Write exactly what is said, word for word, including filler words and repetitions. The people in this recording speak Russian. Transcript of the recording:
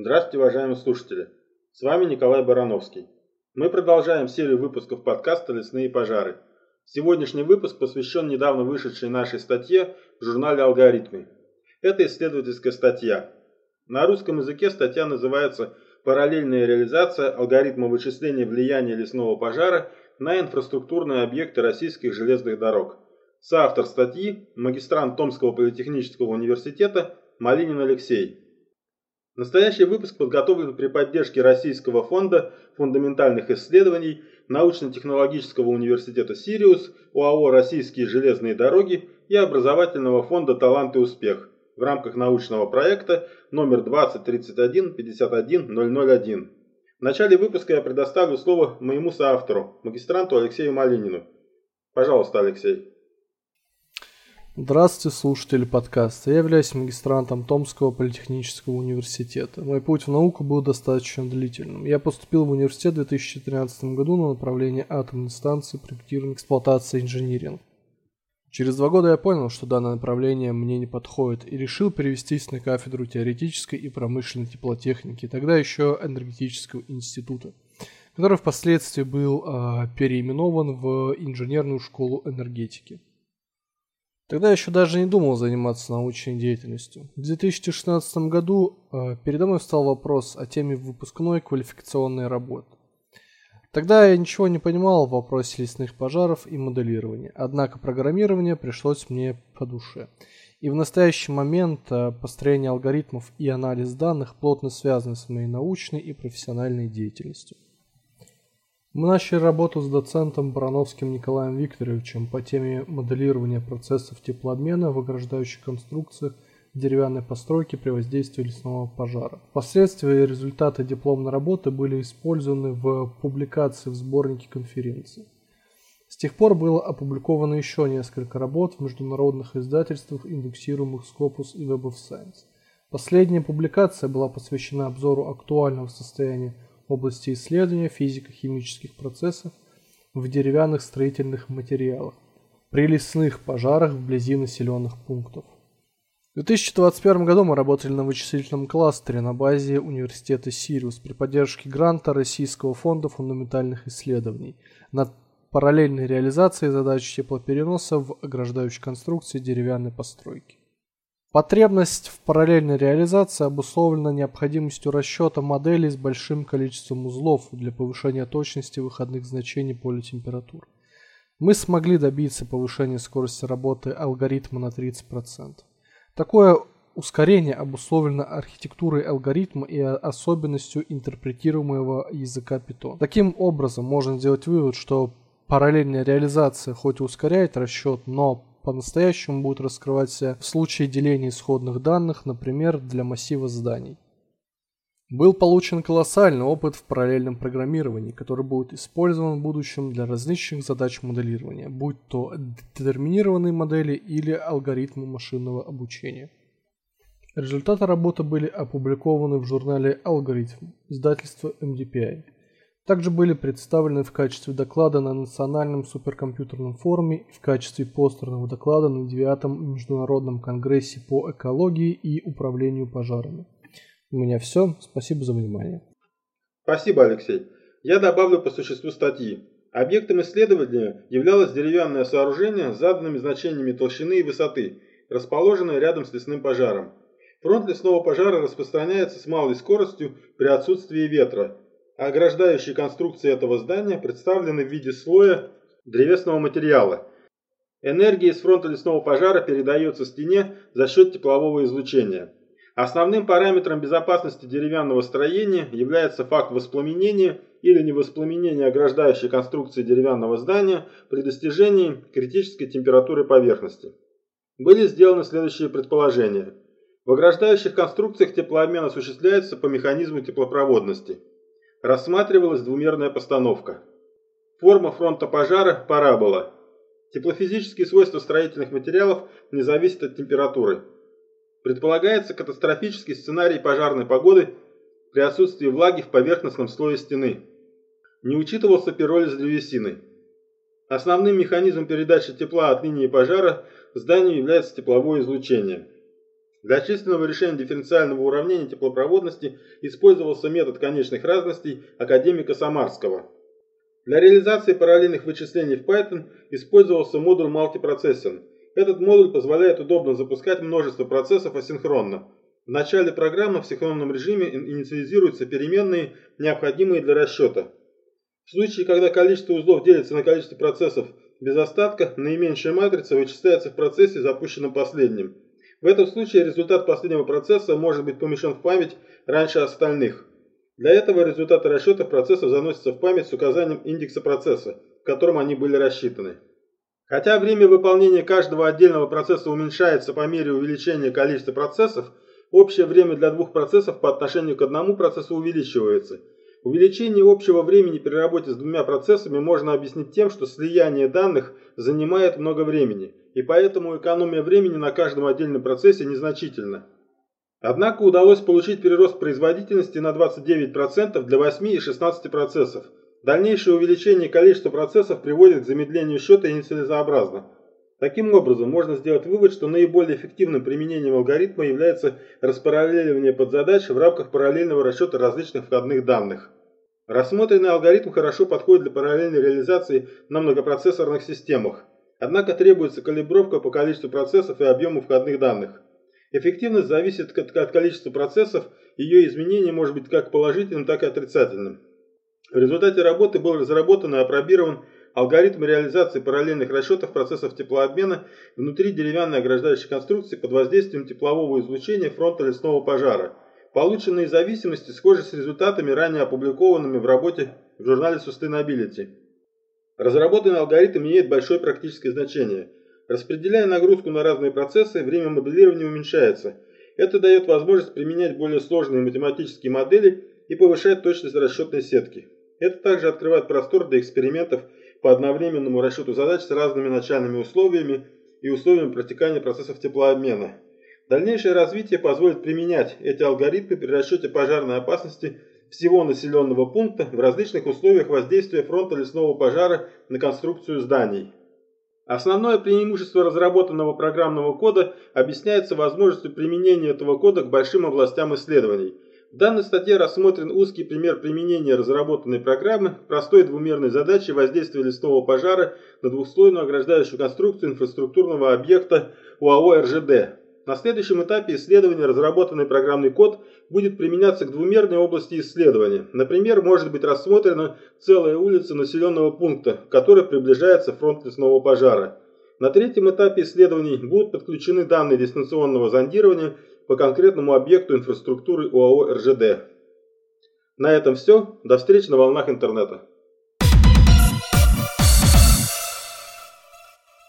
Здравствуйте, уважаемые слушатели! С вами Николай Барановский. Мы продолжаем серию выпусков подкаста «Лесные пожары». Сегодняшний выпуск посвящен недавно вышедшей нашей статье в журнале «Алгоритмы». Это исследовательская статья. На русском языке статья называется «Параллельная реализация алгоритма вычисления влияния лесного пожара на инфраструктурные объекты российских железных дорог». Соавтор статьи – магистрант Томского политехнического университета Малинин Алексей. Настоящий выпуск подготовлен при поддержке Российского фонда фундаментальных исследований, научно-технологического университета «Сириус», ОАО «Российские железные дороги» и образовательного фонда «Талант и успех» в рамках научного проекта номер двадцать тридцать один пятьдесят один ноль ноль один. В начале выпуска я предоставлю слово моему соавтору, магистранту Алексею Малинину. Пожалуйста, Алексей. Здравствуйте, слушатели подкаста. Я являюсь магистрантом Томского политехнического университета. Мой путь в науку был достаточно длительным. Я поступил в университет в две тысячи тринадцатом году на направление атомной станции, проектирования, эксплуатации, инжиниринг. Через два года я понял, что данное направление мне не подходит, и решил перевестись на кафедру теоретической и промышленной теплотехники, тогда еще энергетического института, который впоследствии был э, переименован в инженерную школу энергетики. Тогда я еще даже не думал заниматься научной деятельностью. В две тысячи шестнадцатом году э, передо мной встал вопрос о теме выпускной квалификационной работы. Тогда я ничего не понимал в вопросе лесных пожаров и моделирования, однако программирование пришлось мне по душе. И в настоящий момент э, построение алгоритмов и анализ данных плотно связаны с моей научной и профессиональной деятельностью. Мы начали работу с доцентом Барановским Николаем Викторовичем по теме моделирования процессов теплообмена в ограждающих конструкциях деревянной постройки при воздействии лесного пожара. Впоследствии результаты дипломной работы были использованы в публикации в сборнике конференции. С тех пор было опубликовано еще несколько работ в международных издательствах, индексируемых Scopus и Web of Science. Последняя публикация была посвящена обзору актуального состояния в области исследования физико-химических процессов в деревянных строительных материалах при лесных пожарах вблизи населенных пунктов. В две тысячи двадцать первом году мы работали на вычислительном кластере на базе университета «Сириус» при поддержке гранта Российского фонда фундаментальных исследований над параллельной реализацией задач теплопереноса в ограждающей конструкции деревянной постройки. Потребность в параллельной реализации обусловлена необходимостью расчета моделей с большим количеством узлов для повышения точности выходных значений поля температур. Мы смогли добиться повышения скорости работы алгоритма на тридцать процентов. Такое ускорение обусловлено архитектурой алгоритма и особенностью интерпретируемого языка Python. Таким образом, можно сделать вывод, что параллельная реализация хоть и ускоряет расчет, но по-настоящему будет раскрываться в случае деления исходных данных, например, для массива зданий. Был получен колоссальный опыт в параллельном программировании, который будет использован в будущем для различных задач моделирования, будь то детерминированные модели или алгоритмы машинного обучения. Результаты работы были опубликованы в журнале «Алгоритм» издательства эм ди пи ай. Также были представлены в качестве доклада на Национальном суперкомпьютерном форуме и в качестве постерного доклада на девятом Международном конгрессе по экологии и управлению пожарами. У меня все. Спасибо за внимание. Спасибо, Алексей. Я добавлю по существу статьи. Объектом исследования являлось деревянное сооружение с заданными значениями толщины и высоты, расположенное рядом с лесным пожаром. Фронт лесного пожара распространяется с малой скоростью при отсутствии ветра. Ограждающие конструкции этого здания представлены в виде слоя древесного материала. Энергия из фронта лесного пожара передается стене за счет теплового излучения. Основным параметром безопасности деревянного строения является факт воспламенения или невоспламенения ограждающей конструкции деревянного здания при достижении критической температуры поверхности. Были сделаны следующие предположения. В ограждающих конструкциях теплообмен осуществляется по механизму теплопроводности. Рассматривалась двумерная постановка. Форма фронта пожара – парабола. Теплофизические свойства строительных материалов не зависят от температуры. Предполагается катастрофический сценарий пожарной погоды при отсутствии влаги в поверхностном слое стены. Не учитывался пиролиз древесины. Основным механизмом передачи тепла от линии пожара к зданию является тепловое излучение. Для численного решения дифференциального уравнения теплопроводности использовался метод конечных разностей академика Самарского. Для реализации параллельных вычислений в Python использовался модуль Multiprocessing. Этот модуль позволяет удобно запускать множество процессов асинхронно. В начале программы в синхронном режиме инициализируются переменные, необходимые для расчета. В случае, когда количество узлов делится на количество процессов без остатка, наименьшая матрица вычисляется в процессе, запущенном последним. В этом случае результат последнего процесса может быть помещен в память раньше остальных. Для этого результаты расчетов процессов заносятся в память с указанием индекса процесса, в котором они были рассчитаны. Хотя время выполнения каждого отдельного процесса уменьшается по мере увеличения количества процессов, общее время для двух процессов по отношению к одному процессу увеличивается. Увеличение общего времени при работе с двумя процессами можно объяснить тем, что слияние данных занимает много времени, и поэтому экономия времени на каждом отдельном процессе незначительна. Однако удалось получить прирост производительности на двадцать девять процентов для восьми и шестнадцати процессов. Дальнейшее увеличение количества процессов приводит к замедлению счета инициализообразно. Таким образом, можно сделать вывод, что наиболее эффективным применением алгоритма является распараллеливание подзадач в рамках параллельного расчета различных входных данных. Рассмотренный алгоритм хорошо подходит для параллельной реализации на многопроцессорных системах. Однако требуется калибровка по количеству процессов и объему входных данных. Эффективность зависит от количества процессов, ее изменение может быть как положительным, так и отрицательным. В результате работы был разработан и опробирован алгоритм реализации параллельных расчетов процессов теплообмена внутри деревянной ограждающей конструкции под воздействием теплового излучения фронта лесного пожара. Полученные зависимости схожи с результатами, ранее опубликованными в работе в журнале Sustainability. Разработанный алгоритм имеет большое практическое значение. Распределяя нагрузку на разные процессы, время моделирования уменьшается. Это дает возможность применять более сложные математические модели и повышать точность расчетной сетки. Это также открывает простор для экспериментов по одновременному расчету задач с разными начальными условиями и условиями протекания процессов теплообмена. Дальнейшее развитие позволит применять эти алгоритмы при расчете пожарной опасности всего населенного пункта в различных условиях воздействия фронта лесного пожара на конструкцию зданий. Основное преимущество разработанного программного кода объясняется возможностью применения этого кода к большим областям исследований. В данной статье рассмотрен узкий пример применения разработанной программы к простой двумерной задаче воздействия лесного пожара на двухслойную ограждающую конструкцию инфраструктурного объекта ОАО эр жэ дэ. На следующем этапе исследования разработанный программный код будет применяться к двумерной области исследования. Например, может быть рассмотрена целая улица населенного пункта, к которой приближается фронт лесного пожара. На третьем этапе исследований будут подключены данные дистанционного зондирования по конкретному объекту инфраструктуры ОАО эр жэ дэ. На этом все. До встречи на волнах интернета.